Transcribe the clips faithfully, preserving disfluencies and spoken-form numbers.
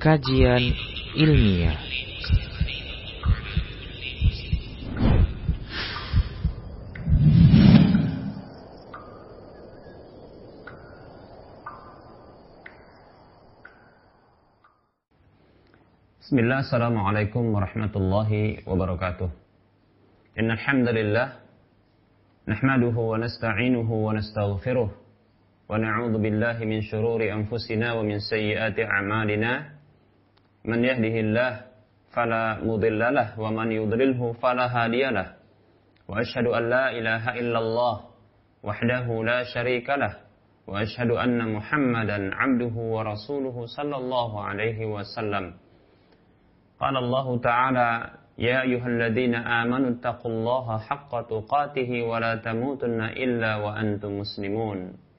kajian ilmiah. Bismillah, assalamualaikum warahmatullahi wabarakatuh. Innal hamdalillah nahmaduhu wa nasta'inuhu wa nastaghfiruh wa na'udzu billahi min shururi anfusina wa min sayyiati a'malina. Man yahdihillahu fala mudilla lahu wa man yudlilhu fala hadiyalah. Wa asyhadu an la ilaha illallah wahdahu la syarika lah wa asyhadu anna Muhammadan 'abduhu wa rasuluhu sallallahu alaihi wasallam. قال الله تعالى يا أيها الذين آمنوا اتقوا الله حق تقاته ولا تموتن إلا وأنتم مسلمون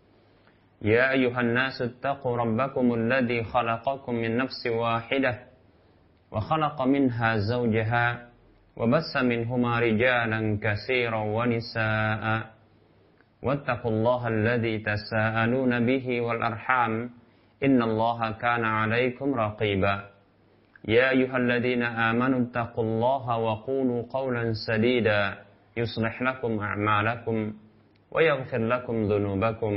يا أيها الناس اتقوا ربكم الذي خلقكم من نفس واحدة وخلق منها زوجها وبث منهما رجالا كثيرا ونساء واتقوا الله الذي تساءلون به والأرحام إن الله كان عليكم رقيبا يا أيها الذين آمنوا اتقوا الله وقولوا قولا سديدا يصلح لكم أعمالكم ويغفر لكم ذنوبكم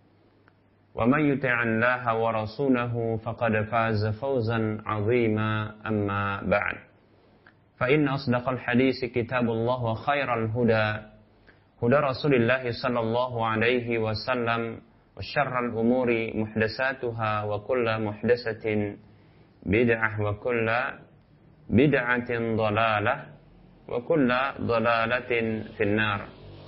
ومن يطع الله ورسوله فقد فاز فوزا عظيما أما بعد فإن أصدق الحديث كتاب الله وخير الهدى هدى رسول الله صلى الله عليه وسلم وشر الأمور محدثاتها وكل محدثة bid'ah wa kulla bid'atin dhalalah wa kulla dhalalatin finnar.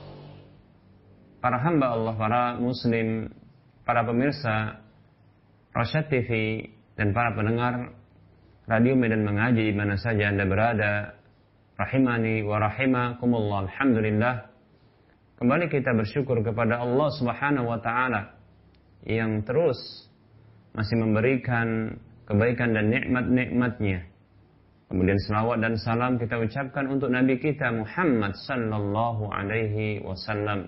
Para hamba Allah, para muslim, para pemirsa Rasyad T V dan para pendengar Radio Medan Mengaji di mana saja Anda berada, rahimani wa rahimakumullah. Alhamdulillah, kembali kita bersyukur kepada Allah Subhanahu wa taala yang terus masih memberikan kebaikan dan nikmat-nikmatnya. Kemudian selawat dan salam kita ucapkan untuk Nabi kita Muhammad sallallahu alaihi wasallam.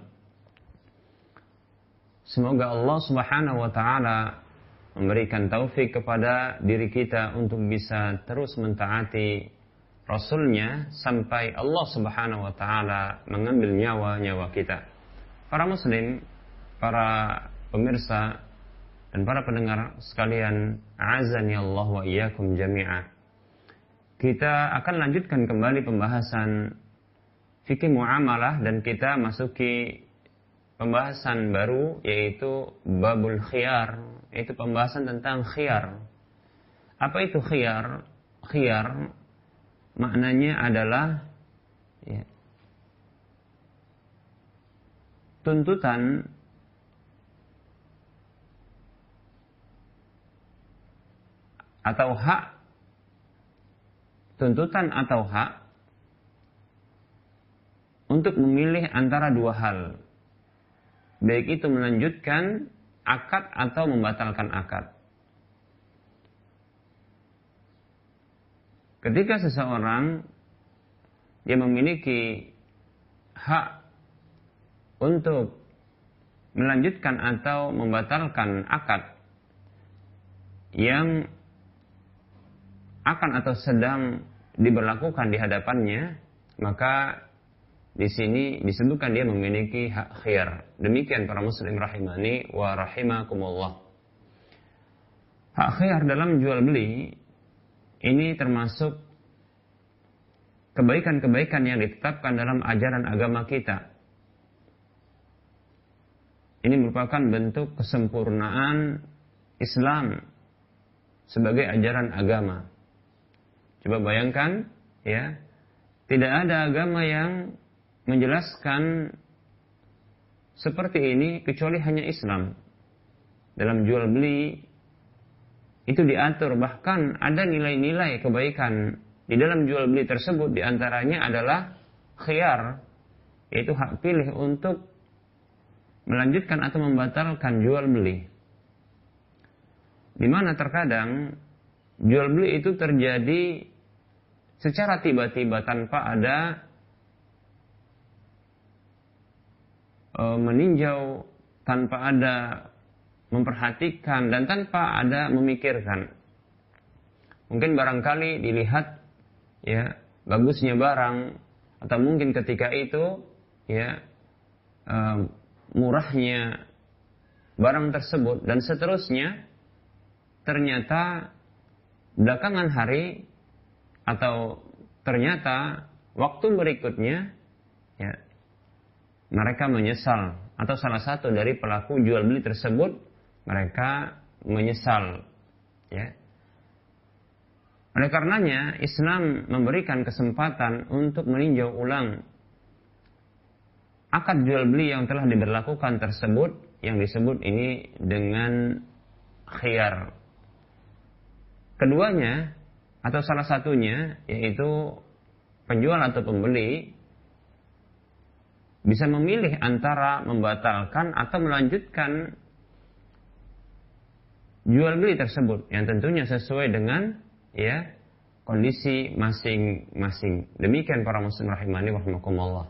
Semoga Allah Subhanahu wa taala memberikan taufik kepada diri kita untuk bisa terus mentaati Rasulnya sampai Allah Subhanahu wa taala mengambil nyawa-nyawa kita. Para muslim, para pemirsa dan para pendengar sekalian, a'azani Allah wa iyyakum jami'ah. Kita akan lanjutkan kembali pembahasan fikih muamalah dan kita masuki pembahasan baru yaitu babul khiyar, yaitu pembahasan tentang khiyar. Apa itu khiyar? Khiyar maknanya adalah ya, tuntutan atau hak, tuntutan atau hak untuk memilih antara dua hal, baik itu melanjutkan akad atau membatalkan akad. Ketika seseorang dia memiliki hak untuk melanjutkan atau membatalkan akad yang akan atau sedang diberlakukan di hadapannya, maka di sini disebutkan dia memiliki hak khiyar. Demikian para muslim rahimani wa rahimakumullah. Hak khiyar dalam jual beli ini termasuk kebaikan-kebaikan yang ditetapkan dalam ajaran agama kita. Ini merupakan bentuk kesempurnaan Islam sebagai ajaran agama. Coba bayangkan, ya, tidak ada agama yang menjelaskan seperti ini kecuali hanya Islam. Dalam jual beli itu diatur, bahkan ada nilai-nilai kebaikan di dalam jual beli tersebut. Di antaranya adalah khiyar, yaitu hak pilih untuk melanjutkan atau membatalkan jual beli. Di mana terkadang jual beli itu terjadi secara tiba-tiba tanpa ada e, meninjau, tanpa ada memperhatikan, dan tanpa ada memikirkan. mungkin barangkali dilihat ya bagusnya barang, atau mungkin ketika itu ya uh, murahnya barang tersebut dan seterusnya, ternyata belakangan hari atau ternyata waktu berikutnya ya mereka menyesal, atau salah satu dari pelaku jual beli tersebut mereka menyesal ya. Oleh karenanya Islam memberikan kesempatan untuk meninjau ulang akad jual beli yang telah diberlakukan tersebut, yang disebut ini dengan khiyar. Keduanya atau salah satunya yaitu penjual atau pembeli bisa memilih antara membatalkan atau melanjutkan jual beli tersebut yang tentunya sesuai dengan ya kondisi masing-masing. Demikian para muslim rahimani wa rahimakumullah.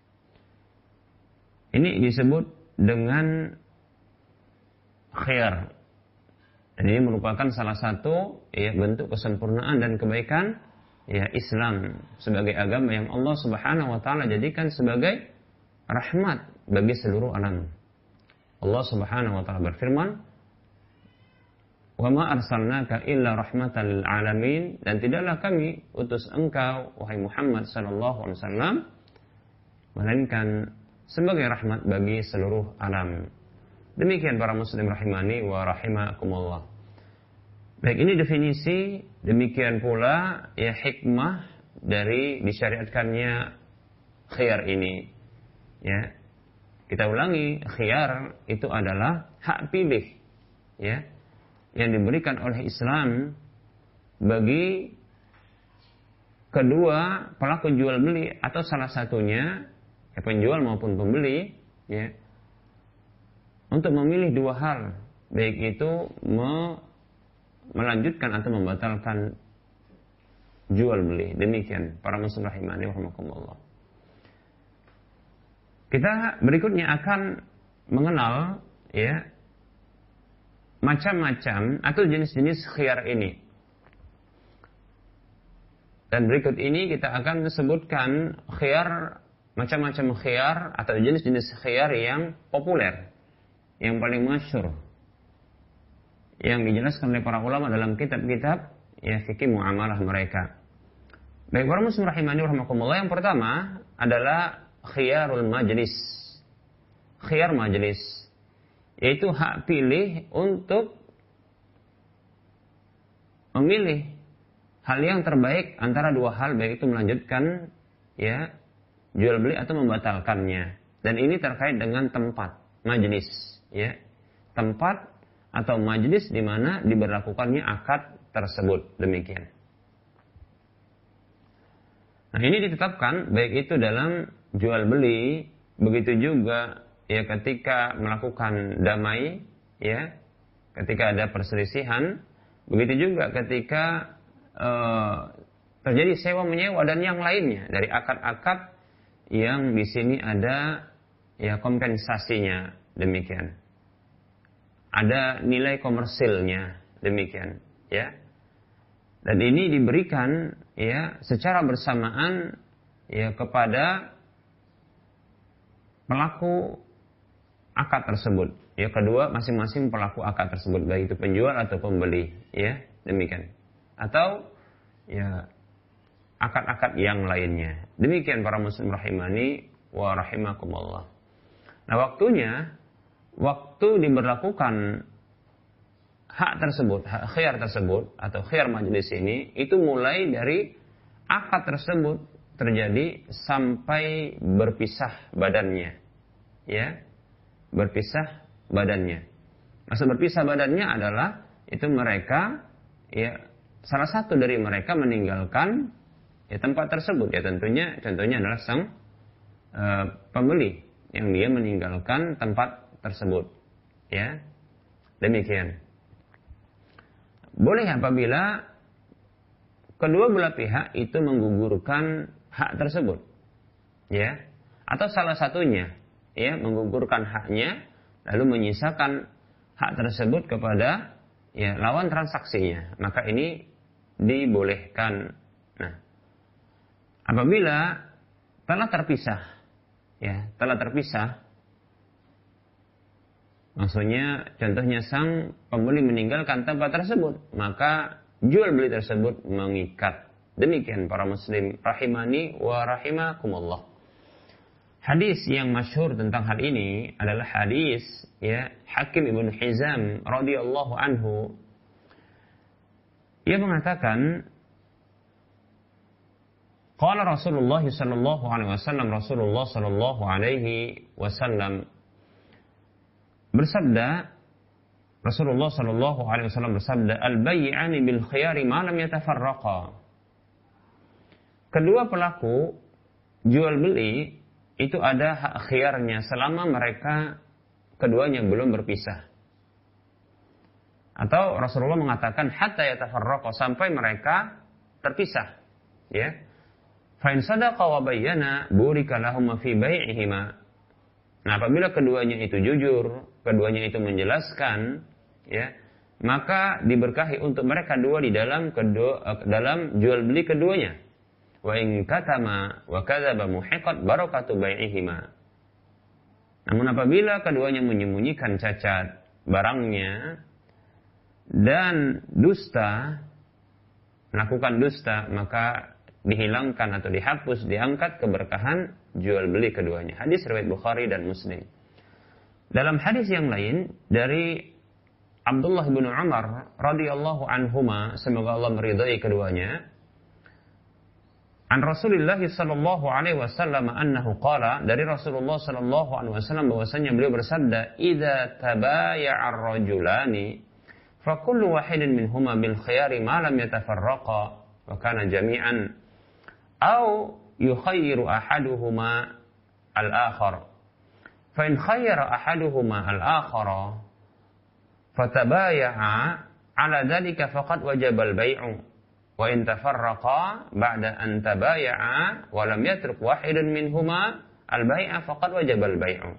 Ini disebut dengan khiyar. Dan ini merupakan salah satu ya bentuk kesempurnaan dan kebaikan ya Islam sebagai agama yang Allah Subhanahu wa taala jadikan sebagai rahmat bagi seluruh alam. Allah Subhanahu wa taala berfirman, "Wa ma arsalnaka illa rahmatan lil alamin," dan tidaklah kami utus engkau wahai Muhammad sallallahu alaihi wasallam melainkan sebagai rahmat bagi seluruh alam. Demikian para muslim rahimani wa rahimakumullah. Baik, ini definisi, demikian pula ya hikmah dari disyariatkannya khiyar ini. Ya. Kita ulangi, khiyar itu adalah hak pilih ya yang diberikan oleh Islam bagi kedua pelaku jual beli atau salah satunya ya penjual maupun pembeli ya untuk memilih dua hal, baik itu me, melanjutkan atau membatalkan jual beli. Demikian para muslim rahimani wa rahimakumullah. Kita berikutnya akan mengenal ya macam-macam atau jenis-jenis khiyar ini. Dan berikut ini kita akan sebutkan khiyar, macam-macam khiyar atau jenis-jenis khiyar yang populer, yang paling masyhur, yang dijelaskan oleh para ulama dalam kitab-kitab ya fikih muamalah mereka. Baik para muslim rahimani wa rahimakumullah, yang pertama adalah khiyarul majlis. Khiyar majlis yaitu hak pilih untuk memilih hal yang terbaik antara dua hal, baik itu melanjutkan ya jual beli atau membatalkannya. Dan ini terkait dengan tempat majlis ya, tempat atau majlis di mana diberlakukannya akad tersebut. Demikian. Nah, ini ditetapkan baik itu dalam jual beli, begitu juga ya ketika melakukan damai ya, ketika ada perselisihan, begitu juga ketika uh, terjadi sewa menyewa dan yang lainnya dari akad-akad yang di sini ada ya kompensasinya. Demikian. Ada nilai komersilnya, demikian ya. Dan ini diberikan ya secara bersamaan ya kepada pelaku akad tersebut. Ya kedua masing-masing pelaku akad tersebut, baik itu penjual atau pembeli, ya demikian. Atau ya akad-akad yang lainnya. Demikian para muslim rahimani wa rahimakumullah. Nah, waktunya waktu diberlakukan hak tersebut, hak khiyar tersebut atau khiyar majlis ini itu mulai dari akad tersebut terjadi sampai berpisah badannya. Ya. Berpisah badannya. Maksud berpisah badannya adalah itu mereka ya salah satu dari mereka meninggalkan ya tempat tersebut, ya tentunya contohnya adalah sang uh, pembeli yang dia meninggalkan tempat tersebut. Ya. Demikian. Boleh apabila kedua belah pihak itu menggugurkan hak tersebut. Ya. Atau salah satunya ya menggugurkan haknya lalu menyisakan hak tersebut kepada ya lawan transaksinya. Maka ini dibolehkan. Nah, apabila telah terpisah, ya, telah terpisah, maksudnya contohnya sang pembeli meninggalkan tempat tersebut, maka jual beli tersebut mengikat. Demikian para muslim rahimani wa rahimakumullah. Hadis yang masyhur tentang hal ini adalah hadis ya Hakim Ibn Hizam radhiyallahu anhu. Ia mengatakan, qala Rasulullah sallallahu alaihi wasallam, Rasulullah sallallahu alaihi wasallam bersabda, Rasulullah sallallahu alaihi wasallam bersabda, al-bay'ani bil khiyari ma lam yatafarraqa. Kedua pelaku jual beli itu ada hak khiyarnya selama mereka keduanya belum berpisah. Atau Rasulullah mengatakan hatta yatafarraqa, sampai mereka terpisah, ya. Fa in sadaqa wa bayyana burika lahum fi bai'ihima. Nah, apabila keduanya itu jujur, keduanya itu menjelaskan, ya, maka diberkahi untuk mereka dua di dalam kedua, dalam jual beli keduanya. Wa in katama wa kadzaba muhiqat barakatu bai'ihima. Namun apabila keduanya menyembunyikan cacat barangnya dan dusta, melakukan dusta, maka dihilangkan atau dihapus, diangkat keberkahan jual beli keduanya. Hadis riwayat Bukhari dan Muslim. Dalam hadis yang lain dari Abdullah bin Umar radhiyallahu anhuma, semoga Allah meridai keduanya, an Rasulullah sallallahu alaihi wasallam annahu qala, dari Rasulullah sallallahu alaihi wasallam bahwasanya beliau bersabda, idza tabaya'a ar-rajulani fa kullu wahidin minhuma bil khiyari ma lam yatafarraqa wa kana jami'an aw yukhayyiru ahaduhuma al-akhar fa in khayyara ahaduhuma al-akhara fatabaya'a ala dhalika faqad wajaba al-bay'u wa in tafarraqa ba'da an tabaya'a wa lam yatruk wahidun minhuma al-bai'a faqad wajaba al-bai'u.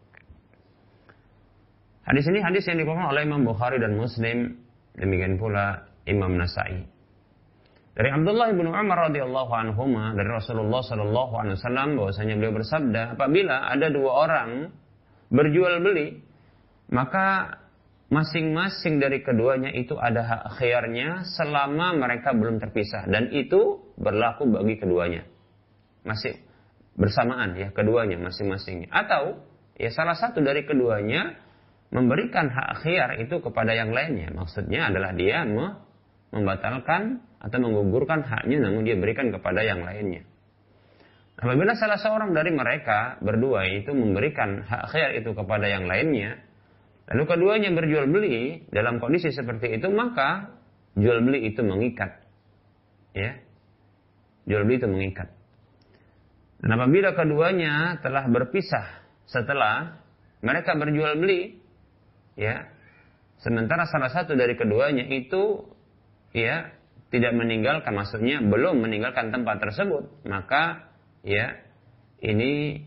Hadis ini hadis yang dikeluarkan oleh Imam Bukhari dan Muslim, demikian pula Imam Nasa'i. Dari Abdullah bin Umar radhiyallahu anhuma, dari Rasulullah sallallahu alaihi wasallam bahwasanya beliau bersabda, apabila ada dua orang berjual beli, maka masing-masing dari keduanya itu ada hak khiyarnya selama mereka belum terpisah, dan itu berlaku bagi keduanya. Masih bersamaan ya, keduanya masing-masing. Atau ya salah satu dari keduanya memberikan hak khiyar itu kepada yang lainnya. Maksudnya adalah dia membatalkan atau menggugurkan haknya, namun dia berikan kepada yang lainnya. Apabila salah seorang dari mereka berdua itu memberikan hak khiyar itu kepada yang lainnya, lalu keduanya berjual beli dalam kondisi seperti itu, maka jual beli itu mengikat. Ya. Jual beli itu mengikat. Dan apabila keduanya telah berpisah setelah mereka berjual beli, ya, sementara salah satu dari keduanya itu ya tidak meninggalkan, maksudnya belum meninggalkan tempat tersebut, maka ya ini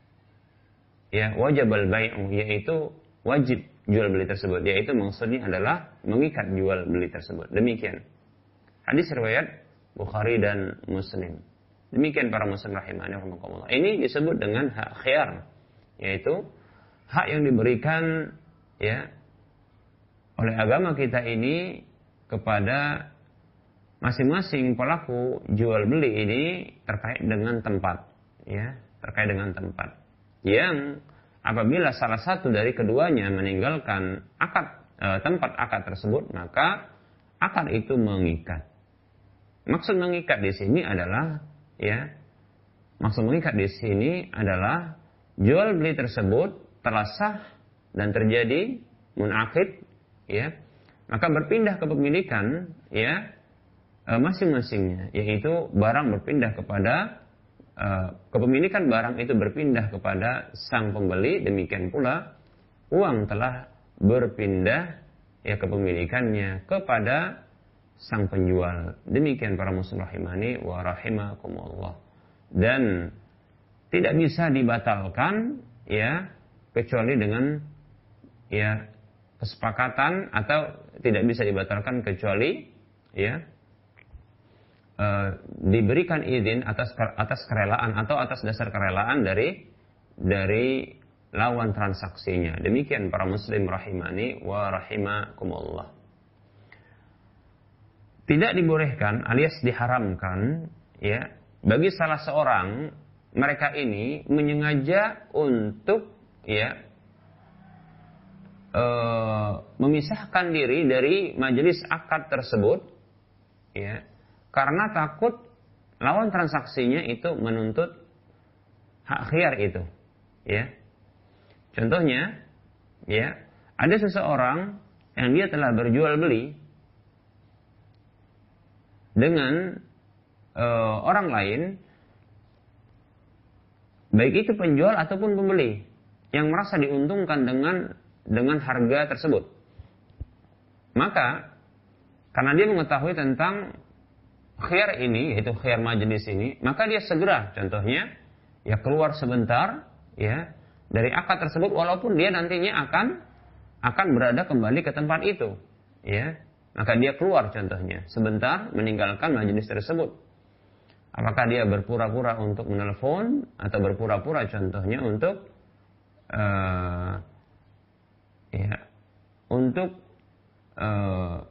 ya wajib al-bai'u, yaitu wajib jual beli tersebut, yaitu maksudnya adalah mengikat jual beli tersebut. Demikian hadis riwayat Bukhari dan Muslim. Demikian para muslim rahimani wa rahimakumullah. Ini disebut dengan hak khiyar, yaitu hak yang diberikan ya oleh agama kita ini kepada masing-masing pelaku jual beli ini terkait dengan tempat, ya, terkait dengan tempat yang apabila salah satu dari keduanya meninggalkan akad e, tempat akad tersebut, maka akad itu mengikat. Maksud mengikat di sini adalah ya, maksud mengikat di sini adalah jual beli tersebut telah sah dan terjadi munakid, ya, maka berpindah kepemilikan ya e, masing-masingnya, yaitu barang berpindah kepada Uh, kepemilikan barang itu berpindah kepada sang pembeli, demikian pula uang telah berpindah ya kepemilikannya kepada sang penjual. Demikian para muslim rahimani wa rahimakumullah. Dan tidak bisa dibatalkan ya kecuali dengan ya kesepakatan, atau tidak bisa dibatalkan kecuali ya uh, diberikan izin atas atas kerelaan atau atas dasar kerelaan dari dari lawan transaksinya. Demikian para muslim rahimani wa rahimakumullah. Tidak dibolehkan alias diharamkan ya bagi salah seorang mereka ini menyengaja untuk ya e, memisahkan diri dari majelis akad tersebut ya karena takut lawan transaksinya itu menuntut hak khiyar itu ya. Contohnya ya ada seseorang yang dia telah berjual beli dengan uh, orang lain, baik itu penjual ataupun pembeli yang merasa diuntungkan dengan dengan harga tersebut. Maka karena dia mengetahui tentang khiyar ini, yaitu khiyar majelis ini, maka dia segera, contohnya, ya keluar sebentar, ya dari akad tersebut, walaupun dia nantinya akan akan berada kembali ke tempat itu, ya. Maka dia keluar contohnya, sebentar meninggalkan majelis tersebut. Apakah dia berpura-pura untuk menelpon atau berpura-pura contohnya untuk uh, ya untuk uh,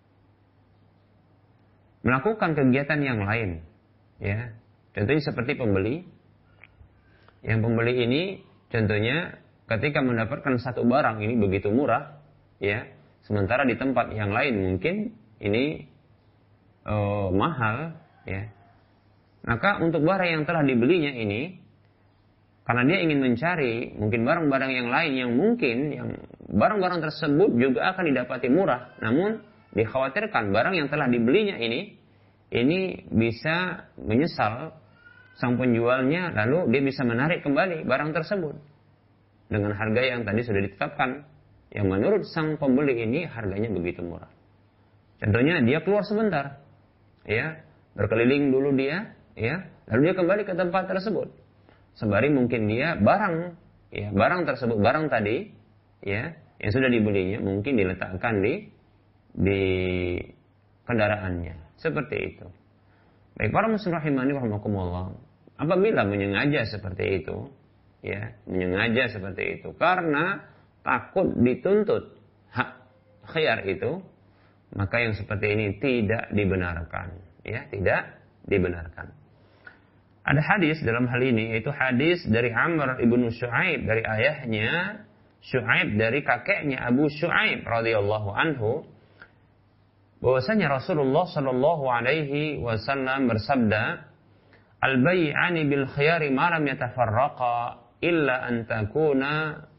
melakukan kegiatan yang lain, ya. Contohnya seperti pembeli. Yang pembeli ini contohnya ketika mendapatkan satu barang ini begitu murah, ya. Sementara di tempat yang lain mungkin ini uh, mahal, ya. Maka untuk barang yang telah dibelinya ini, karena dia ingin mencari mungkin barang-barang yang lain yang mungkin yang barang-barang tersebut juga akan didapati murah, namun dikhawatirkan barang yang telah dibelinya ini ini bisa menyesal sang penjualnya, lalu dia bisa menarik kembali barang tersebut dengan harga yang tadi sudah ditetapkan. Yang menurut sang pembeli ini harganya begitu murah. Contohnya dia keluar sebentar, ya, berkeliling dulu dia, ya, lalu dia kembali ke tempat tersebut. Sembari mungkin dia barang, ya, barang tersebut, barang tadi, ya, yang sudah dibelinya mungkin diletakkan di di kendaraannya, seperti itu. Baik para muslim rahimani rahimakumullah, apabila menyengaja seperti itu, ya, menyengaja seperti itu, karena takut dituntut hak khiyar itu, maka yang seperti ini tidak dibenarkan, ya, tidak dibenarkan. Ada hadis dalam hal ini, yaitu hadis dari Amr ibnu Shu'aib dari ayahnya, Shu'aib dari kakeknya Abu Shu'aib radhiyallahu anhu, bahwasanya Rasulullah sallallahu alaihi wasallam bersabda, "Al-bay'ani bil khiyari ma lam yatafarraqa illa an takuna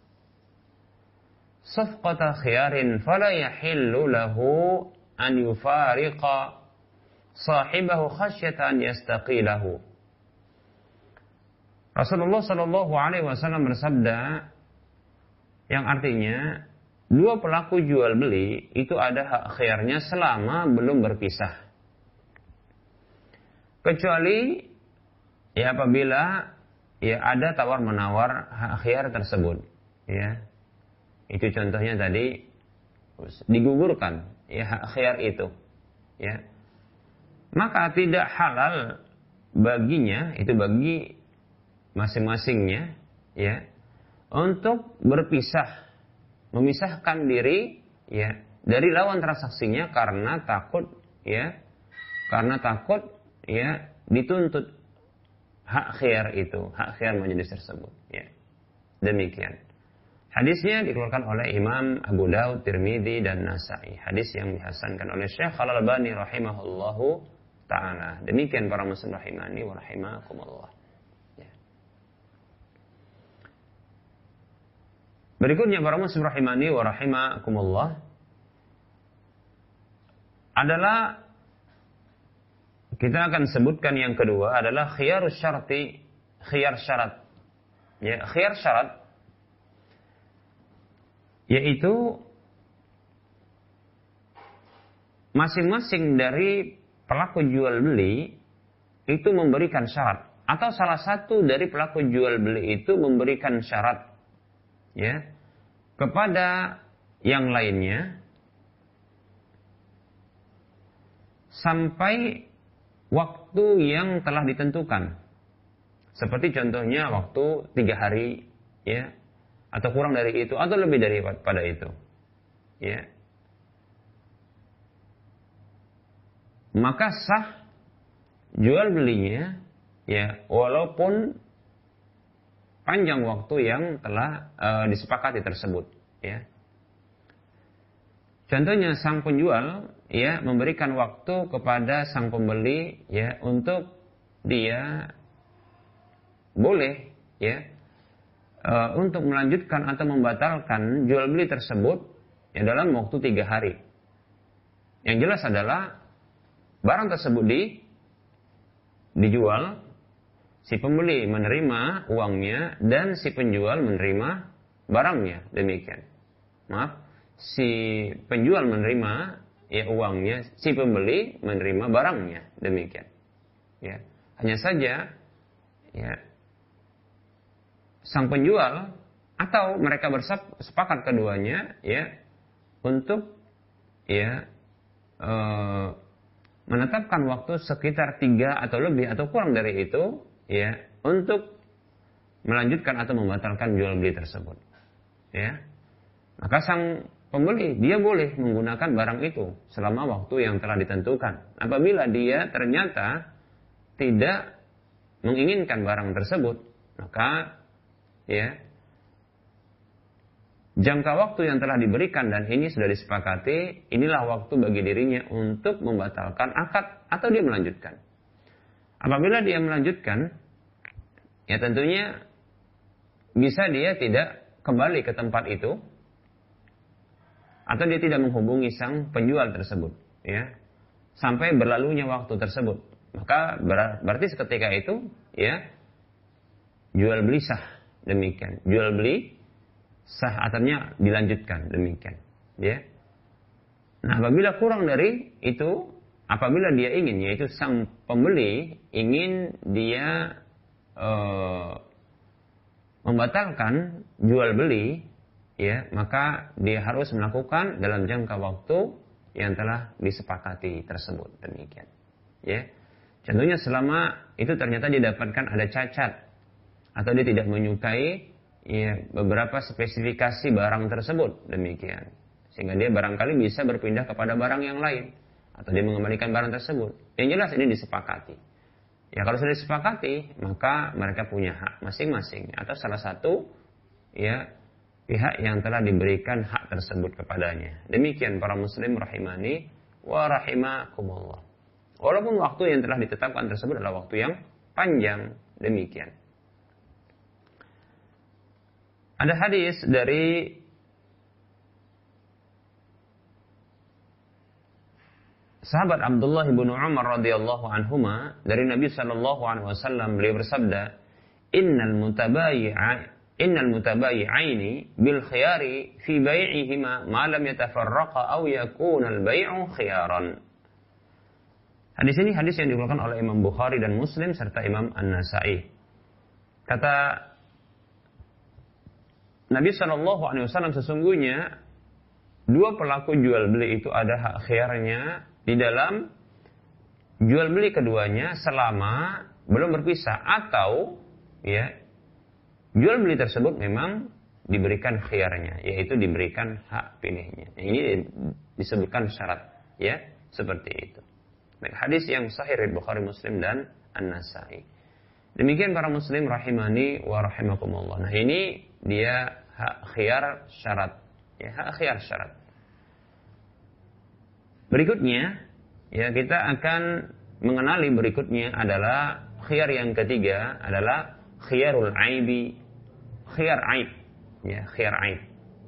safqata khiyarin fala yahillu lahu an yufariqa sahibahu khasyata an yastaqilahu." Rasulullah sallallahu alaihi wasallam bersabda, yang artinya dua pelaku jual beli itu ada hak khiyarnya selama belum berpisah, kecuali ya apabila ya ada tawar menawar hak khiyar tersebut, ya. Itu contohnya tadi digugurkan ya hak khiyar itu, ya. Maka tidak halal baginya, itu bagi masing-masingnya, ya, untuk berpisah, memisahkan diri, ya, dari lawan transaksinya karena takut, ya, karena takut, ya, dituntut hak khiyar itu, hak khiyar majelis tersebut, ya. Demikian. Hadisnya dikeluarkan oleh Imam Abu Daud, Tirmidzi dan Nasa'i. Hadis yang dihasankan oleh Syekh Al-Albani rahimahullahu ta'ala. Demikian para muslim rahimani wa rahimakumullah. Ya. Berikutnya para muslim rahimani wa rahimakumullah adalah, kita akan sebutkan yang kedua adalah khiyarus syarti, khiyar syarat. Ya, khiyar syarat yaitu masing-masing dari pelaku jual beli itu memberikan syarat, atau salah satu dari pelaku jual beli itu memberikan syarat, ya, kepada yang lainnya sampai waktu yang telah ditentukan. Seperti contohnya waktu tiga hari, ya, atau kurang dari itu, atau lebih daripada itu, ya. Maka sah jual belinya, ya, walaupun panjang waktu yang telah uh, disepakati tersebut, ya. Contohnya sang penjual, ya, memberikan waktu kepada sang pembeli, ya, untuk dia boleh, ya, uh, untuk melanjutkan atau membatalkan jual beli tersebut, ya, dalam waktu tiga hari. Yang jelas adalah barang tersebut di dijual, si pembeli menerima uangnya dan si penjual menerima barangnya, demikian. Maaf. Si penjual menerima, ya, uangnya, si pembeli menerima barangnya, demikian. Ya, hanya saja, ya, sang penjual atau mereka bersepakat keduanya, ya, untuk, ya, e, menetapkan waktu sekitar tiga atau lebih atau kurang dari itu, ya, untuk melanjutkan atau membatalkan jual beli tersebut, ya. Maka sang pembeli, dia boleh menggunakan barang itu selama waktu yang telah ditentukan. Apabila dia ternyata tidak menginginkan barang tersebut, maka, ya, jangka waktu yang telah diberikan dan ini sudah disepakati, inilah waktu bagi dirinya untuk membatalkan akad atau dia melanjutkan. Apabila dia melanjutkan, ya, tentunya bisa dia tidak kembali ke tempat itu, atau dia tidak menghubungi sang penjual tersebut, ya, sampai berlalunya waktu tersebut. Maka ber- berarti seketika itu, ya, jual beli sah, demikian. Jual beli sah, artinya dilanjutkan, demikian, ya. Nah, apabila kurang dari itu, apabila dia ingin, yaitu sang pembeli ingin dia uh, membatalkan jual beli, ya, maka dia harus melakukan dalam jangka waktu yang telah disepakati tersebut, demikian, ya. Contohnya selama itu ternyata didapatkan ada cacat atau dia tidak menyukai, ya, beberapa spesifikasi barang tersebut, demikian, sehingga dia barangkali bisa berpindah kepada barang yang lain atau dia mengembalikan barang tersebut. Yang jelas ini disepakati. Ya, kalau sudah disepakati, maka mereka punya hak masing-masing atau salah satu, ya, pihak yang telah diberikan hak tersebut kepadanya. Demikian para muslim rahimani wa rahimakumullah. Walaupun waktu yang telah ditetapkan tersebut adalah waktu yang panjang, demikian. Ada hadis dari sahabat Abdullah bin Umar radhiyallahu anhuma, dari Nabi sallallahu alaihi wasallam, beliau bersabda, "Innal mutabayi'a Innal mutabayi'aini bil khiyari fi bai'ihima ma lam yatafarraqa aw yakuna al bai'u khiyaran." Hadis ini hadis yang dikeluarkan oleh Imam Bukhari dan Muslim serta Imam An-Nasa'i. Kata Nabi shallallahu alaihi wasallam, sesungguhnya dua pelaku jual beli itu ada hak khiyarnya di dalam jual beli keduanya selama belum berpisah, atau, ya, jual beli tersebut memang diberikan khiyarnya, yaitu diberikan hak pilihnya. Ini disebutkan syarat, ya, seperti itu. Baik, hadis yang sahih riwayat Bukhari, Muslim dan An-Nasa'i. Demikian para muslim rahimani wa rahimakumullah. Nah, ini dia hak khiyar syarat, ya, hak khiyar syarat. Berikutnya, ya, kita akan mengenali berikutnya adalah khiyar yang ketiga adalah khiyarul aibi, khiyar aib, ya, khiyar aib.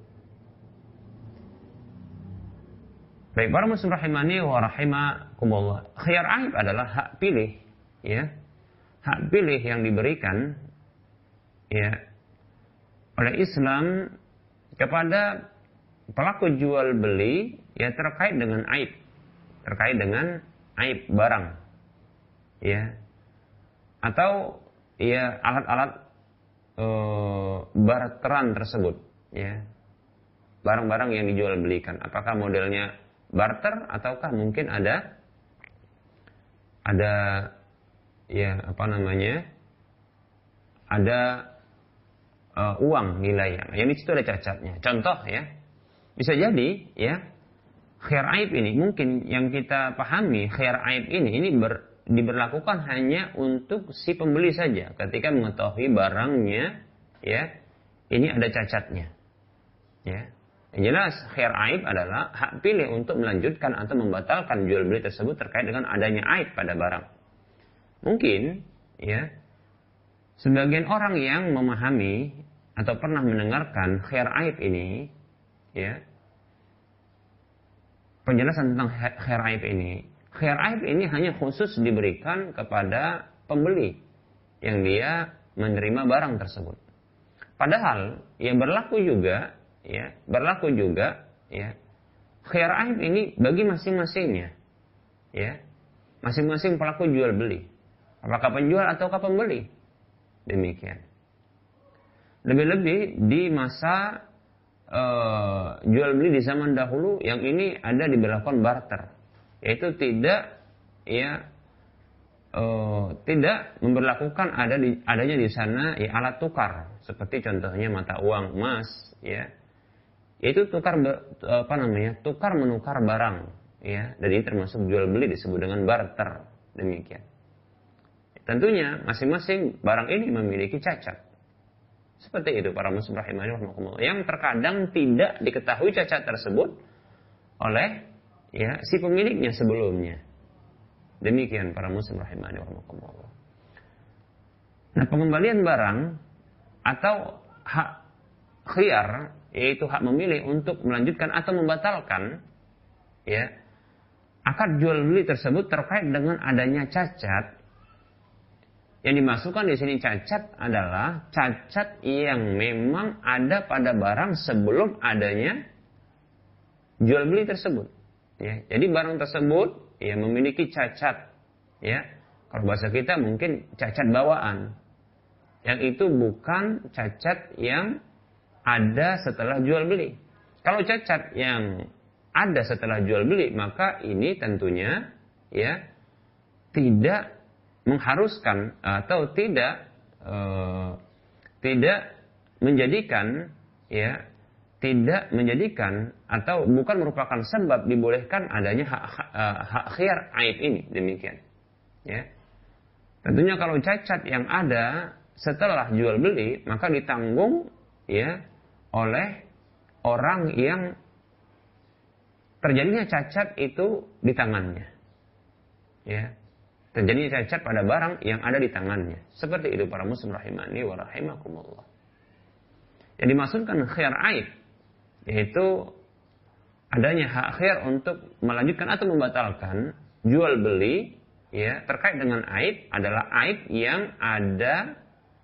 Baik, para muslim rahimani wa rahimakumullah. Khiyar aib adalah hak pilih, ya, hak pilih yang diberikan, ya, oleh Islam kepada pelaku jual beli, ya, terkait dengan aib, terkait dengan aib barang, ya, atau, ya, alat-alat e, barteran tersebut, ya, barang-barang yang dijual belikan, apakah modelnya barter ataukah mungkin ada ada ya apa namanya ada uh, uang nilainya, yang di situ ada cacatnya. Contoh ya, bisa jadi ya khiyar aib ini mungkin yang kita pahami khiyar aib ini ini ber, diberlakukan hanya untuk si pembeli saja ketika mengetahui barangnya ya ini ada cacatnya. Ya, yang jelas khiyar aib adalah hak pilih untuk melanjutkan atau membatalkan jual beli tersebut terkait dengan adanya aib pada barang. Mungkin ya sebagian orang yang memahami atau pernah mendengarkan khiyar aib ini, ya, penjelasan tentang khiyar aib ini, khiyar aib ini hanya khusus diberikan kepada pembeli yang dia menerima barang tersebut. Padahal yang berlaku juga, ya, berlaku juga, ya, khiyar aib ini bagi masing-masingnya, ya, masing-masing pelaku jual beli, apakah penjual ataukah pembeli. Demikian. Lebih-lebih di masa uh, jual beli di zaman dahulu yang ini ada diberlakukan barter, yaitu tidak ya uh, tidak memberlakukan ada di, adanya di sana ya alat tukar seperti contohnya mata uang emas, ya, yaitu tukar apa namanya tukar menukar barang, ya, dan ini termasuk jual beli disebut dengan barter. Demikian. Tentunya masing-masing barang ini memiliki cacat. Seperti itu para muslim rahimani rahimakumullah. Yang terkadang tidak diketahui cacat tersebut oleh ya si pemiliknya sebelumnya. Demikian para muslim rahimani rahimakumullah. Nah, pengembalian barang atau hak khiyar, yaitu hak memilih untuk melanjutkan atau membatalkan ya akad jual beli tersebut terkait dengan adanya cacat. Yang dimasukkan di sini cacat adalah cacat yang memang ada pada barang sebelum adanya jual beli tersebut. Ya, jadi barang tersebut ya memiliki cacat. Ya, kalau bahasa kita mungkin cacat bawaan. Yang itu bukan cacat yang ada setelah jual beli. Kalau cacat yang ada setelah jual beli, maka ini tentunya ya tidak mengharuskan atau tidak uh, tidak menjadikan ya tidak menjadikan atau bukan merupakan sebab dibolehkan adanya hak, uh, hak khiyar aib ini. Demikian ya. Tentunya kalau cacat yang ada setelah jual beli maka ditanggung ya oleh orang yang terjadinya cacat itu di tangannya, ya, terjadinya cacat pada barang yang ada di tangannya. Seperti itu para muslim rahimani wa rahimakumullah. Yang dimaksudkan khiyar aib yaitu adanya hak khiyar untuk melanjutkan atau membatalkan jual beli ya terkait dengan aib adalah aib yang ada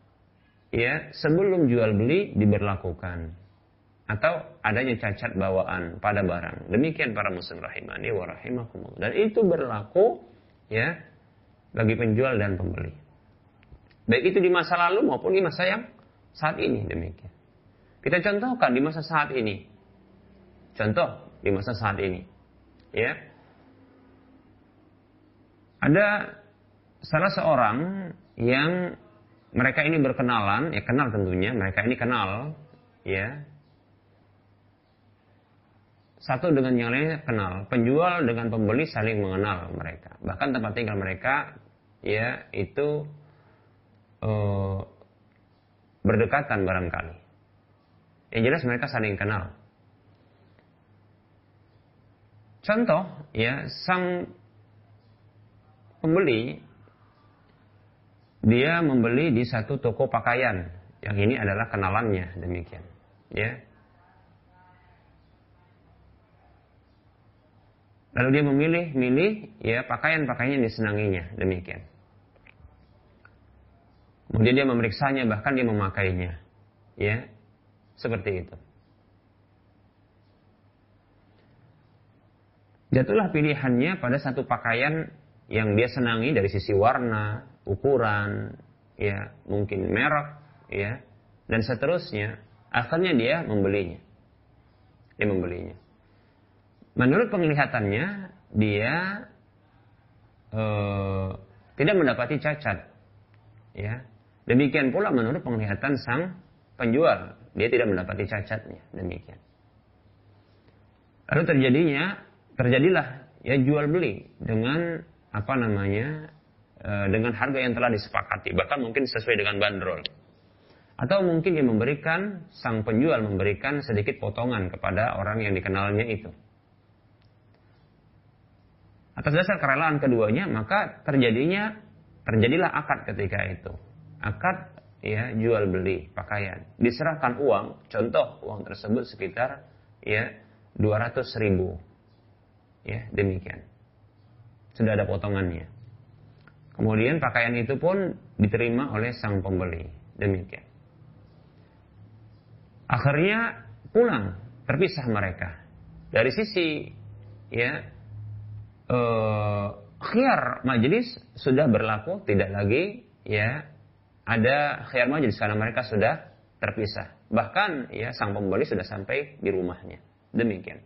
ya sebelum jual beli diberlakukan atau adanya cacat bawaan pada barang. Demikian para muslim rahimani wa rahimakumullah. Dan itu berlaku ya bagi penjual dan pembeli. Baik itu di masa lalu maupun di masa yang saat ini. Demikian. Kita contohkan di masa saat ini. Contoh di masa saat ini. Ya. Ada salah seorang yang mereka ini berkenalan, ya kenal tentunya, mereka ini kenal, ya. Satu dengan yang lainnya kenal, penjual dengan pembeli saling mengenal mereka. Bahkan tempat tinggal mereka, ya itu uh, berdekatan barangkali. Yang jelas mereka saling kenal. Contoh, ya sang pembeli dia membeli di satu toko pakaian. Yang ini adalah kenalannya, demikian. Ya. Lalu dia memilih-milih ya pakaian-pakaian yang disenanginya, demikian. Kemudian dia memeriksanya, bahkan dia memakainya. Ya. Seperti itu. Jatuhlah pilihannya pada satu pakaian yang dia senangi dari sisi warna, ukuran, ya, mungkin merek, ya, dan seterusnya. Akhirnya dia membelinya. Dia membelinya. Menurut penglihatannya, dia uh, tidak mendapati cacat. Ya. Demikian pula menurut penglihatan sang penjual, dia tidak mendapati cacatnya. Demikian. Lalu terjadinya, terjadilah ya jual beli dengan apa namanya, uh, dengan harga yang telah disepakati, bahkan mungkin sesuai dengan bandrol. Atau mungkin dia memberikan, sang penjual memberikan sedikit potongan kepada orang yang dikenalnya itu. Atas dasar kerelaan keduanya, maka terjadinya terjadilah akad ketika itu. Akad ya jual beli pakaian. Diserahkan uang, contoh uang tersebut sekitar ya dua ratus ribu. Ya, demikian. Sudah ada potongannya. Kemudian pakaian itu pun diterima oleh sang pembeli. Demikian. Akhirnya pulang, terpisah mereka. Dari sisi ya eh, khiyar majelis sudah berlaku, tidak lagi ya ada khiyar majelis karena mereka sudah terpisah. Bahkan ya sang pembeli sudah sampai di rumahnya. Demikian.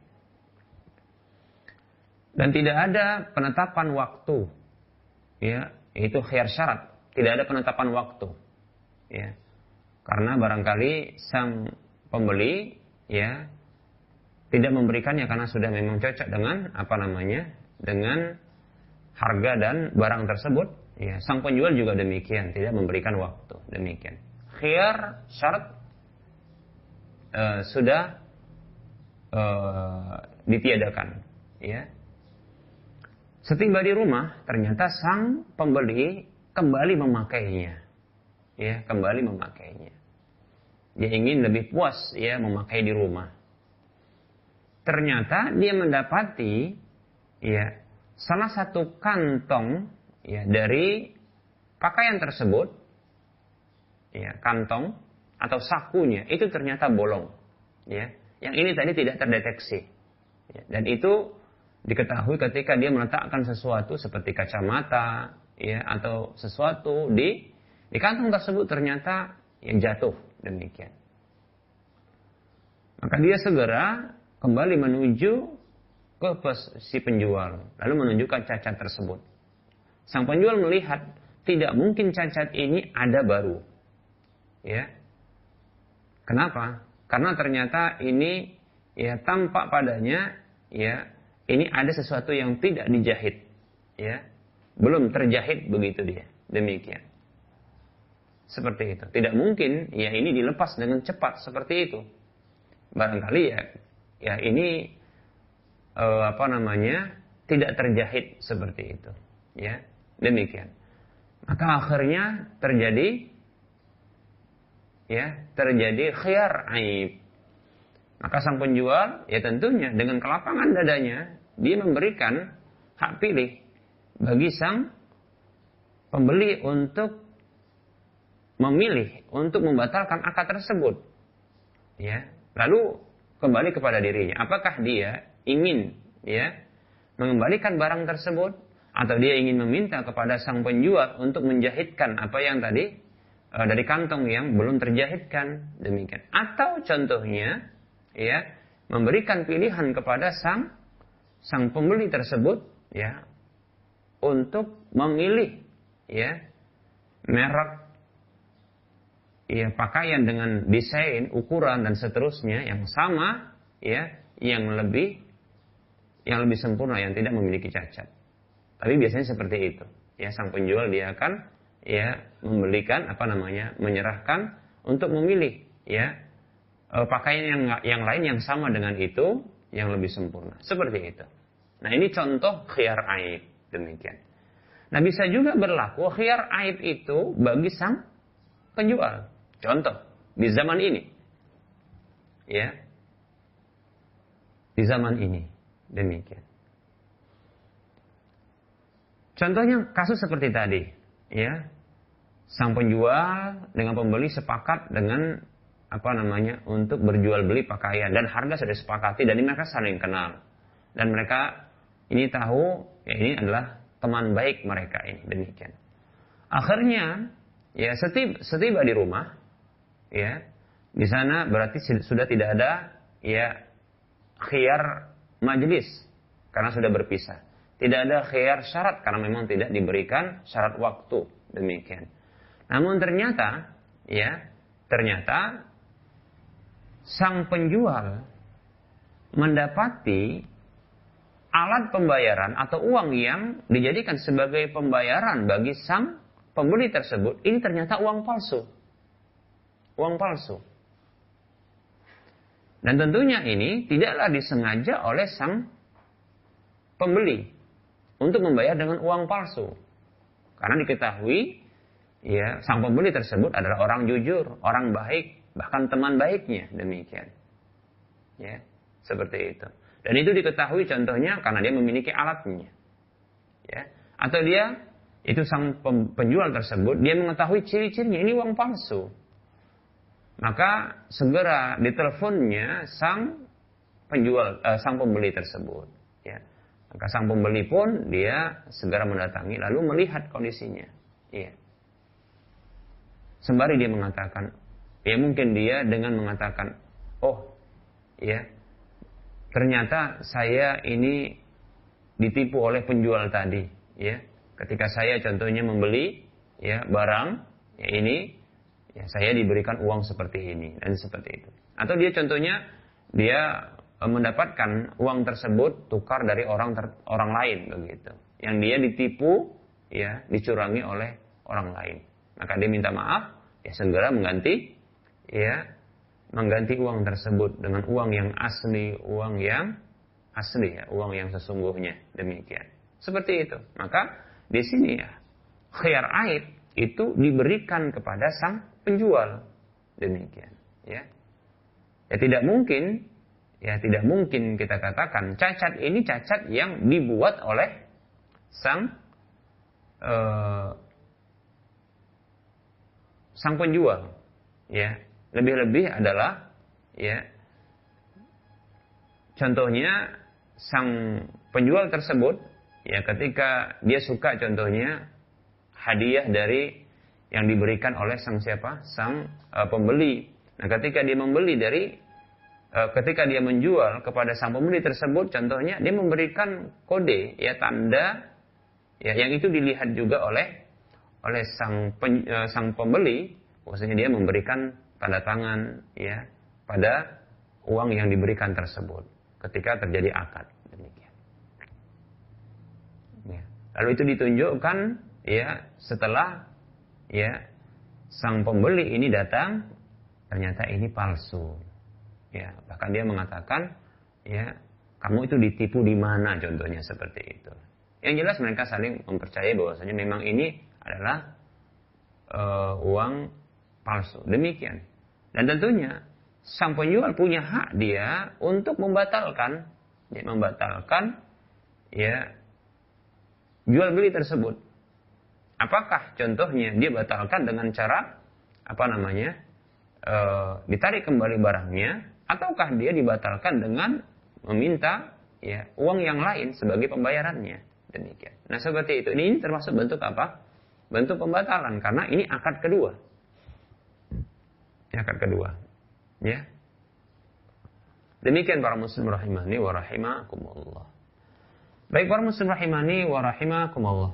Dan tidak ada penetapan waktu. Ya, itu khiyar syarat, tidak ada penetapan waktu. Ya. Karena barangkali sang pembeli ya tidak memberikannya karena sudah memang cocok dengan apa namanya dengan harga dan barang tersebut. Ya, sang penjual juga demikian, tidak memberikan waktu. Demikian. Khiyar syarat uh, sudah uh, ditiadakan. Ya. Setiba di rumah, ternyata sang pembeli kembali memakainya. Ya, kembali memakainya. Dia ingin lebih puas ya memakai di rumah. Ternyata dia mendapati ya salah satu kantong ya dari pakaian tersebut, ya kantong atau sakunya itu ternyata bolong. Ya, yang ini tadi tidak terdeteksi. Ya, dan itu diketahui ketika dia meletakkan sesuatu seperti kacamata ya atau sesuatu di di kantong tersebut ternyata yang jatuh. Demikian. Maka dia segera kembali menuju ke si penjual, lalu menunjukkan cacat tersebut. Sang penjual melihat tidak mungkin cacat ini ada baru. Ya. Kenapa? Karena ternyata ini ya tampak padanya ya ini ada sesuatu yang tidak dijahit. Ya. Belum terjahit begitu dia. Demikian. Seperti itu. Tidak mungkin ya ini dilepas dengan cepat seperti itu. Barangkali ya ya ini eh, apa namanya tidak terjahit seperti itu. Ya, demikian. Maka akhirnya terjadi ya, terjadi khiyar aib. Maka sang penjual ya tentunya dengan kelapangan dadanya dia memberikan hak pilih bagi sang pembeli untuk memilih untuk membatalkan akad tersebut. Ya, lalu kembali kepada dirinya. Apakah dia ingin ya mengembalikan barang tersebut atau dia ingin meminta kepada sang penjual untuk menjahitkan apa yang tadi e, dari kantong yang belum terjahitkan, demikian. Atau contohnya ya memberikan pilihan kepada sang sang pembeli tersebut ya untuk memilih ya merek ya pakaian dengan desain, ukuran dan seterusnya yang sama ya, yang lebih yang lebih sempurna, yang tidak memiliki cacat. Tapi biasanya seperti itu. Ya, sang penjual dia akan ya membelikan apa namanya? Menyerahkan untuk memilih ya pakaian yang yang lain yang sama dengan itu yang lebih sempurna. Seperti itu. Nah, ini contoh khiyar aib, demikian. Nah, bisa juga berlaku khiyar aib itu bagi sang penjual. Contoh, di zaman ini. Ya. Di zaman ini. Demikian. Contohnya kasus seperti tadi. Ya. Sang penjual dengan pembeli sepakat dengan apa namanya untuk berjual beli pakaian. Dan harga sudah disepakati dan mereka saling kenal. Dan mereka ini tahu, ya ini adalah teman baik mereka ini. Demikian. Akhirnya, ya setiba, setiba di rumah, ya di sana berarti sudah tidak ada ya khiyar majelis karena sudah berpisah. Tidak ada khiyar syarat karena memang tidak diberikan syarat waktu. Demikian. Namun ternyata, ya, ternyata sang penjual mendapati alat pembayaran atau uang yang dijadikan sebagai pembayaran bagi sang pembeli tersebut, ini ternyata uang palsu. Uang palsu. Dan tentunya ini tidaklah disengaja oleh sang pembeli untuk membayar dengan uang palsu. Karena diketahui, ya, sang pembeli tersebut adalah orang jujur, orang baik, bahkan teman baiknya, demikian. Ya, seperti itu. Dan itu diketahui contohnya karena dia memiliki alatnya. Ya, atau dia, itu sang penjual tersebut, dia mengetahui ciri-cirinya, ini uang palsu. Maka segera diteleponnya sang penjual, eh, sang pembeli tersebut. Ya. Maka sang pembeli pun dia segera mendatangi lalu melihat kondisinya. Iya. Sembari dia mengatakan, ya mungkin dia dengan mengatakan, oh, ya, ternyata saya ini ditipu oleh penjual tadi, ya. Ketika saya contohnya membeli, ya, barang, ya ini, ya saya diberikan uang seperti ini dan seperti itu. Atau dia contohnya dia mendapatkan uang tersebut tukar dari orang ter, orang lain begitu, yang dia ditipu, ya, dicurangi oleh orang lain. Maka dia minta maaf, ya segera mengganti, ya, mengganti uang tersebut dengan uang yang asli, uang yang asli, ya, uang yang sesungguhnya, demikian. Seperti itu. Maka di sini, ya, khiyar aib itu diberikan kepada sang penjual, demikian, ya. Ya tidak mungkin. Ya tidak mungkin kita katakan cacat ini cacat yang dibuat oleh sang uh, sang penjual. Ya, lebih-lebih adalah, ya, contohnya sang penjual tersebut, ya, ketika dia suka contohnya hadiah dari yang diberikan oleh sang siapa? Sang uh, pembeli. Nah, ketika dia membeli dari ketika dia menjual kepada sang pembeli tersebut, contohnya dia memberikan kode, ya, tanda, ya, yang itu dilihat juga oleh oleh sang pen, uh, sang pembeli, maksudnya dia memberikan tanda tangan, ya, pada uang yang diberikan tersebut ketika terjadi akad, demikian. Ya. Lalu itu ditunjukkan, ya, setelah, ya, sang pembeli ini datang, ternyata ini palsu. Ya, bahkan dia mengatakan, ya, kamu itu ditipu di mana, contohnya seperti itu. Yang jelas mereka saling mempercayai bahwasanya memang ini adalah uh, uang palsu. Demikian. Dan tentunya sang penjual punya hak dia untuk membatalkan, ya, membatalkan, ya, jual beli tersebut. Apakah contohnya dia batalkan dengan cara apa namanya? Uh, ditarik kembali barangnya, ataukah dia dibatalkan dengan meminta, ya, uang yang lain sebagai pembayarannya, demikian. Nah seperti itu. Ini termasuk bentuk apa? Bentuk pembatalan karena ini akad kedua. Akad kedua, ya. Demikian para muslim rahimani wa rahimakumullah. Baik para muslim rahimani wa rahimakumullah.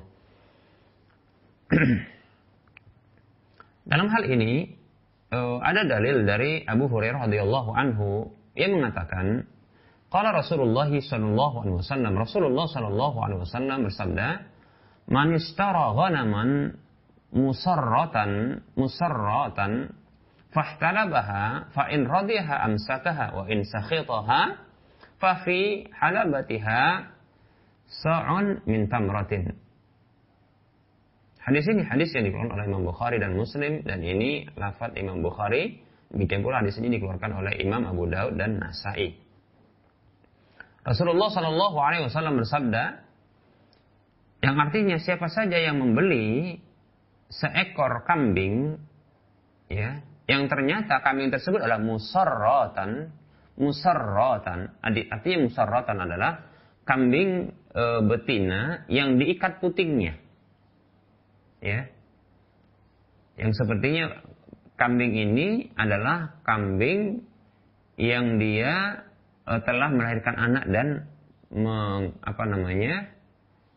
Dalam hal ini Uh, ada dalil dari Abu Hurairah radhiyallahu anhu yang mengatakan, qala Rasulullah sallallahu alaihi wasallam, Rasulullah sallallahu alaihi wasallam bersabda, man ishtara ghanaman musarratan musarratan fahtalabaha fa in radiyaha amsakaha wa in sakhitaha fa fi halabatiha sa'un min tamratin. Hadis ini hadis yang dikeluarkan oleh Imam Bukhari dan Muslim, dan ini lafaz Imam Bukhari. Demikian pula hadis ini dikeluarkan oleh Imam Abu Daud dan Nasai. Rasulullah Shallallahu Alaihi Wasallam bersabda, yang artinya siapa saja yang membeli seekor kambing, ya, yang ternyata kambing tersebut adalah musarratan, musarratan, artinya musarratan adalah kambing e, betina yang diikat putingnya. Ya, yang sepertinya kambing ini adalah kambing yang dia e, telah melahirkan anak dan meng, apa namanya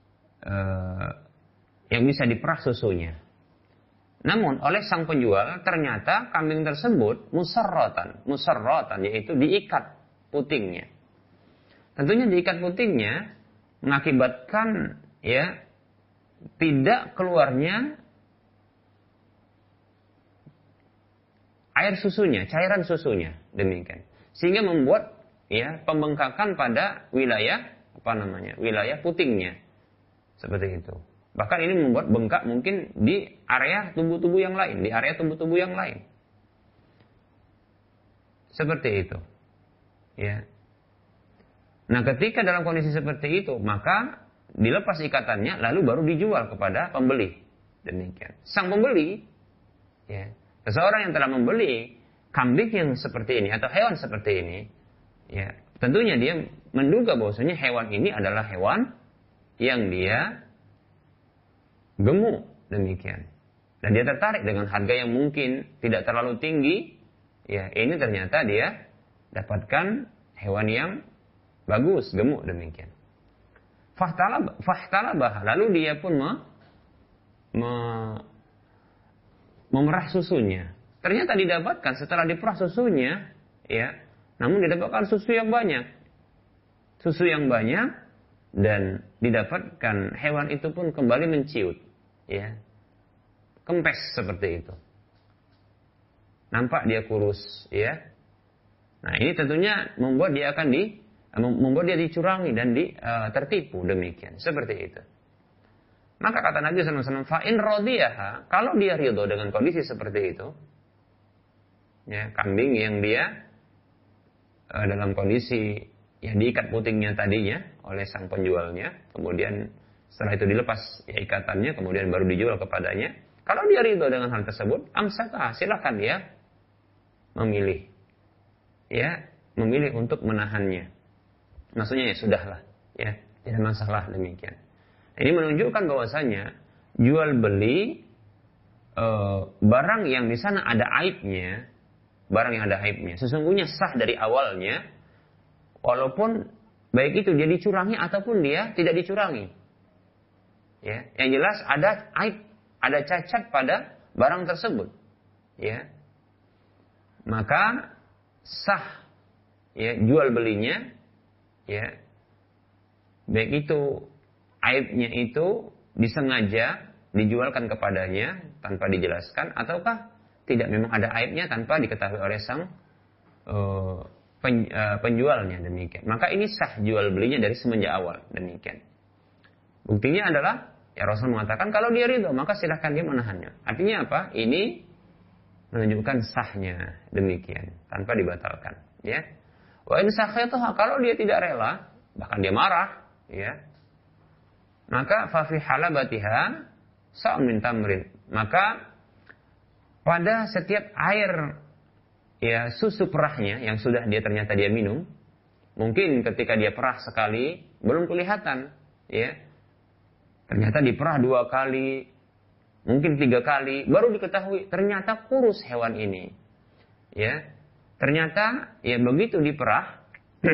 uh, yang bisa diperah susunya. Namun oleh sang penjual ternyata kambing tersebut musarratan, musarratan yaitu diikat putingnya. Tentunya diikat putingnya mengakibatkan ya tidak keluarnya air susunya, cairan susunya, demikian. Sehingga membuat ya pembengkakan pada wilayah apa namanya? wilayah putingnya. Seperti itu. Bahkan ini membuat bengkak mungkin di area tubuh-tubuh yang lain, di area tubuh-tubuh yang lain. Seperti itu. Ya. Nah, ketika dalam kondisi seperti itu, maka dilepas ikatannya lalu baru dijual kepada pembeli. Demikian. Sang pembeli ya, seseorang yang telah membeli kambing yang seperti ini atau hewan seperti ini, ya, tentunya dia menduga bahwasanya hewan ini adalah hewan yang dia gemuk, demikian. Dan dia tertarik dengan harga yang mungkin tidak terlalu tinggi. Ya, ini ternyata dia dapatkan hewan yang bagus, gemuk, demikian. Fahtalab, fahtalabah, lalu dia pun me, me, memerah susunya. Ternyata didapatkan setelah diperah susunya, ya, namun didapatkan susu yang banyak. Susu yang banyak dan didapatkan hewan itu pun kembali menciut, ya. Kempes seperti itu. Nampak dia kurus, ya. Nah, ini tentunya membuat dia akan di membuat dia dicurangi dan di, uh, tertipu, demikian. Seperti itu. Maka kata Nabi shallallahu alaihi wasallam, fa'in rodiyaha, kalau dia ridho dengan kondisi seperti itu, ya, kambing yang dia uh, dalam kondisi yang diikat putingnya tadinya oleh sang penjualnya, kemudian setelah itu dilepas ya, ikatannya, kemudian baru dijual kepadanya. Kalau dia ridho dengan hal tersebut, amsaka, silakan dia memilih, ya, memilih untuk menahannya. Maksudnya ya sudahlah, ya, tidak masalah, demikian. Ini menunjukkan bahwasanya jual beli e, barang yang di sana ada aibnya, barang yang ada aibnya, sesungguhnya sah dari awalnya, walaupun baik itu dia dicurangi ataupun dia tidak dicurangi. Ya, yang jelas ada aib, ada cacat pada barang tersebut. Ya. Maka sah ya jual belinya, ya. Baik itu aibnya itu disengaja dijualkan kepadanya tanpa dijelaskan, ataukah tidak, memang ada aibnya tanpa diketahui oleh sang uh, pen, uh, penjualnya, demikian. Maka ini sah jual belinya dari semenjak awal, demikian. Buktinya adalah ya Rasul mengatakan kalau dia ridho maka silahkan dia menahannya. Artinya apa? Ini menunjukkan sahnya, demikian, tanpa dibatalkan, ya. Wa in sakhataha, kalau dia tidak rela, bahkan dia marah, ya. Maka fa fi halabatiha sa'un min tamrin. Maka pada setiap air ya susu perahnya yang sudah dia ternyata dia minum, mungkin ketika dia perah sekali belum kelihatan, ya. Ternyata diperah dua kali, mungkin tiga kali, baru diketahui ternyata kurus hewan ini. Ya. Ternyata ya begitu diperah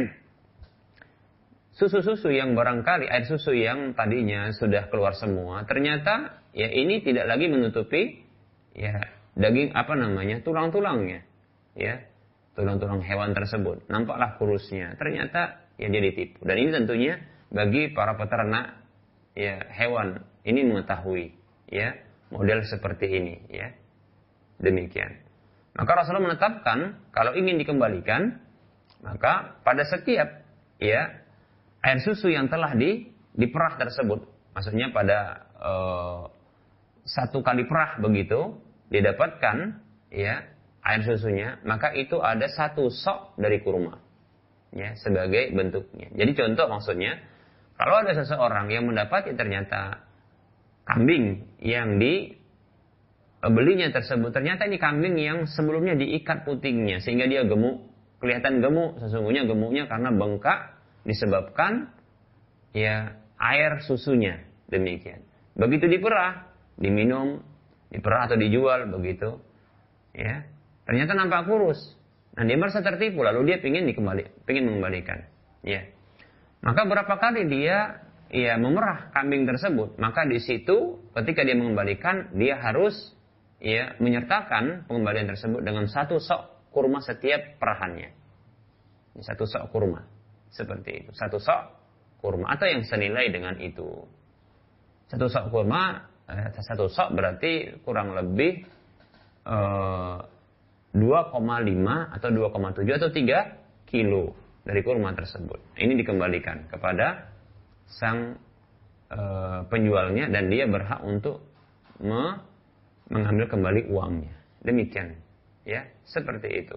susu-susu yang barangkali air susu yang tadinya sudah keluar semua, ternyata ya ini tidak lagi menutupi ya daging apa namanya tulang-tulangnya, ya tulang-tulang hewan tersebut, nampaklah kurusnya. Ternyata ya dia ditipu. Dan ini tentunya bagi para peternak ya hewan ini mengetahui ya model seperti ini, ya demikian. Maka Rasulullah menetapkan kalau ingin dikembalikan, maka pada setiap ya air susu yang telah di diperah tersebut, maksudnya pada uh, satu kali perah begitu didapatkan ya air susunya, maka itu ada satu sok dari kurma, ya sebagai bentuknya. Jadi contoh maksudnya, kalau ada seseorang yang mendapati ternyata kambing yang di belinya tersebut, ternyata ini kambing yang sebelumnya diikat putingnya sehingga dia gemuk, kelihatan gemuk, sesungguhnya gemuknya karena bengkak disebabkan ya air susunya, demikian. Begitu diperah, diminum, diperah atau dijual begitu, ya ternyata nampak kurus. Nah dia merasa tertipu, lalu dia ingin dikembali, ingin mengembalikan, ya. Maka berapa kali dia ya memerah kambing tersebut, maka di situ ketika dia mengembalikan, dia harus ya menyertakan pengembalian tersebut dengan satu sok kurma setiap perahannya. Satu sok kurma. Seperti itu. Satu sok kurma atau yang senilai dengan itu. Satu sok kurma, eh, satu sok berarti kurang lebih eh, dua koma lima atau dua koma tujuh atau tiga kilo dari kurma tersebut. Ini dikembalikan kepada sang e, penjualnya dan dia berhak untuk me, mengambil kembali uangnya. Demikian, ya, seperti itu.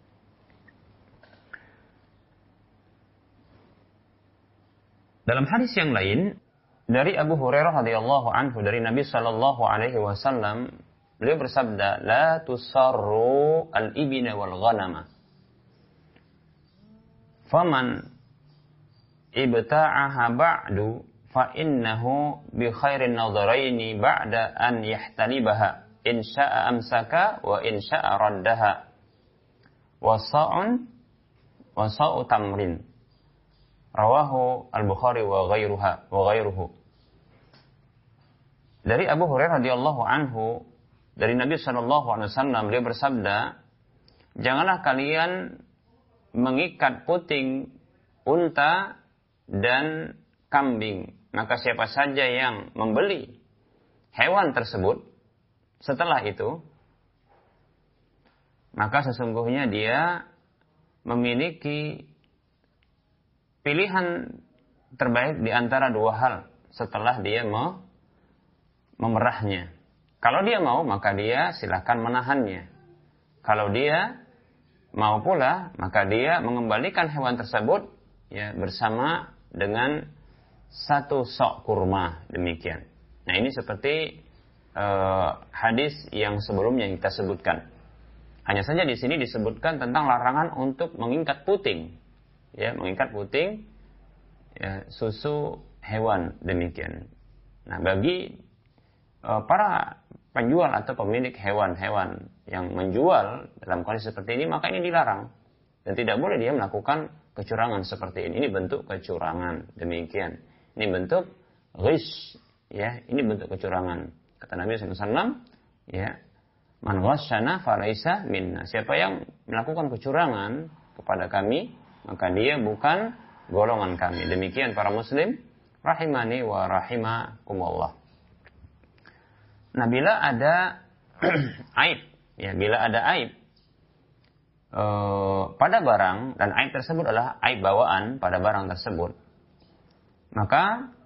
Dalam hadis yang lain dari Abu Hurairah radhiyallahu anhu dari Nabi sallallahu alaihi wasallam, beliau bersabda, "La tusarru al-ibna wal ghanama. Faman ibta'aha ba'du fa innahu bi khairin nadharaini ba'da an yahtalibaha in sya'a amsaka wa in sya'a raddaha wa sa'un wa sa'u tamrin." Rawahu al-Bukhari wa ghairuha wa ghairuhu. Dari Abu Hurairah radhiyallahu anhu dari Nabi sallallahu alaihi wasallam, beliau bersabda, "Janganlah kalian mengikat puting unta dan kambing, maka siapa saja yang membeli hewan tersebut setelah itu, maka sesungguhnya dia memiliki pilihan terbaik di antara dua hal setelah dia mau memerahnya. Kalau dia mau, maka dia silakan menahannya. Kalau dia mau pula, maka dia mengembalikan hewan tersebut ya bersama dengan satu sok kurma, demikian. Nah, ini seperti uh, hadis yang sebelumnya yang kita sebutkan. Hanya saja di sini disebutkan tentang larangan untuk mengikat puting, ya, mengikat puting ya, susu hewan, demikian. Nah, bagi uh, para penjual atau pemilik hewan-hewan yang menjual dalam kondisi seperti ini, maka ini dilarang dan tidak boleh dia melakukan kecurangan seperti ini. Ini bentuk kecurangan, demikian. Ini bentuk ghish, ya, ini bentuk kecurangan. Kata Nabi sallallahu alaihi wasallam, ya, man ghasyana falaisa minna. Siapa yang melakukan kecurangan kepada kami, maka dia bukan golongan kami. Demikian para muslim rahimani wa rahimakumullah. Nah, bila ada aib, ya, bila ada aib e, pada barang dan aib tersebut adalah aib bawaan pada barang tersebut, maka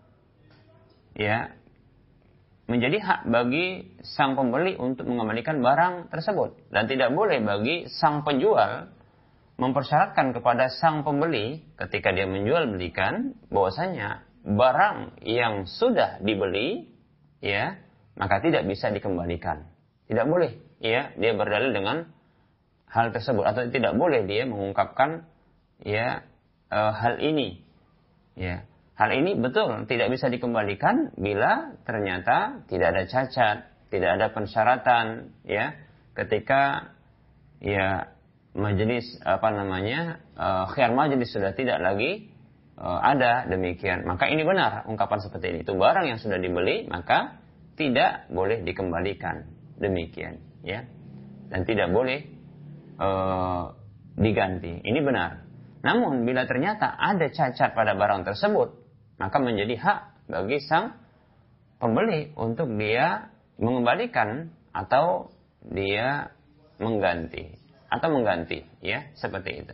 ya menjadi hak bagi sang pembeli untuk mengembalikan barang tersebut dan tidak boleh bagi sang penjual mempersyaratkan kepada sang pembeli ketika dia menjual belikan bahwasanya barang yang sudah dibeli ya maka tidak bisa dikembalikan. Tidak boleh ya dia berdalil dengan hal tersebut atau tidak boleh dia mengungkapkan ya e, hal ini. Ya, hal ini betul tidak bisa dikembalikan bila ternyata tidak ada cacat, tidak ada persyaratan ya ketika ya majelis apa namanya e, khiyar majelis sudah tidak lagi e, ada, demikian. Maka ini benar ungkapan seperti ini. Itu barang yang sudah dibeli maka tidak boleh dikembalikan, demikian ya, dan tidak boleh e, diganti. Ini benar. Namun bila ternyata ada cacat pada barang tersebut, maka menjadi hak bagi sang pembeli untuk dia mengembalikan atau dia mengganti atau mengganti ya, seperti itu.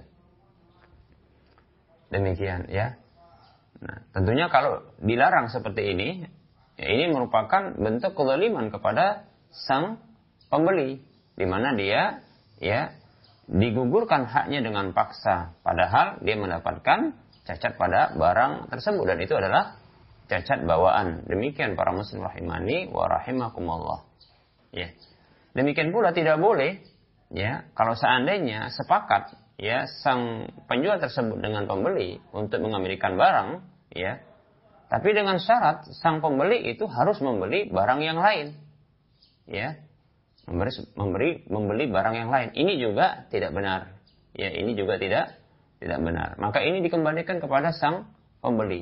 Demikian ya. Nah, tentunya kalau dilarang seperti ini, ya, ini merupakan bentuk kezaliman kepada sang pembeli, di mana dia ya digugurkan haknya dengan paksa, padahal dia mendapatkan cacat pada barang tersebut dan itu adalah cacat bawaan. Demikian para muslim rahimani wa rahimakumullah. Ya. Demikian pula tidak boleh ya kalau seandainya sepakat ya sang penjual tersebut dengan pembeli untuk mengambilkan barang ya, tapi dengan syarat sang pembeli itu harus membeli barang yang lain. Ya. Memberi, memberi membeli barang yang lain. Ini juga tidak benar. Ya, ini juga tidak tidak benar. Maka ini dikembalikan kepada sang pembeli.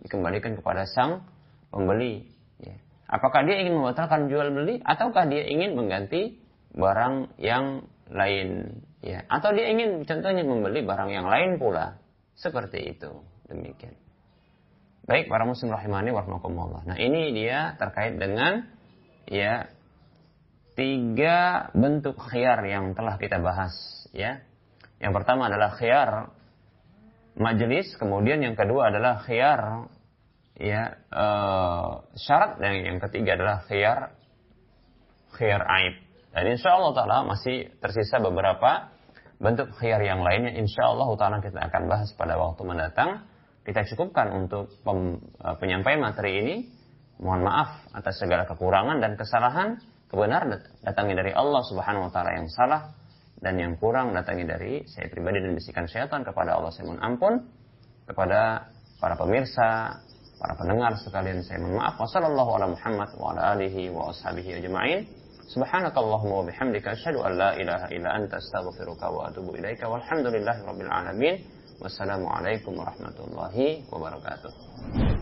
dikembalikan kepada sang pembeli. Ya. Apakah dia ingin membatalkan jual beli ataukah dia ingin mengganti barang yang lain, ya, atau dia ingin contohnya membeli barang yang lain pula, seperti itu. Demikian. Baik, para muslim rahimani wa rahimakumullah. Nah, ini dia terkait dengan ya tiga bentuk khiyar yang telah kita bahas, ya. Yang pertama adalah khiyar majelis, kemudian yang kedua adalah khiyar ya uh, syarat, dan yang ketiga adalah khiyar khiyar aib. Dan insyaallah taala masih tersisa beberapa bentuk khiyar yang lainnya, insyaallah taala kita akan bahas pada waktu mendatang. Kita cukupkan untuk pem, uh, penyampaian materi ini. Mohon maaf atas segala kekurangan dan kesalahan. Kebenaran datangnya dari Allah Subhanahu wa taala, yang salah dan yang kurang datangnya dari saya pribadi dan bisikan syaitan. Kepada Allah saya mohon ampun. Kepada para pemirsa, para pendengar sekalian saya mohon maaf. Wassallallahu ala Muhammad wa ala alihi wa ashabihi ajma'in. Subhanakallahumma wa bihamdika asyhadu an la ilaha illa anta astaghfiruka wa atubu ilaika. Walhamdulillahi rabbil alamin. Wassalamualaikum warahmatullahi wabarakatuh.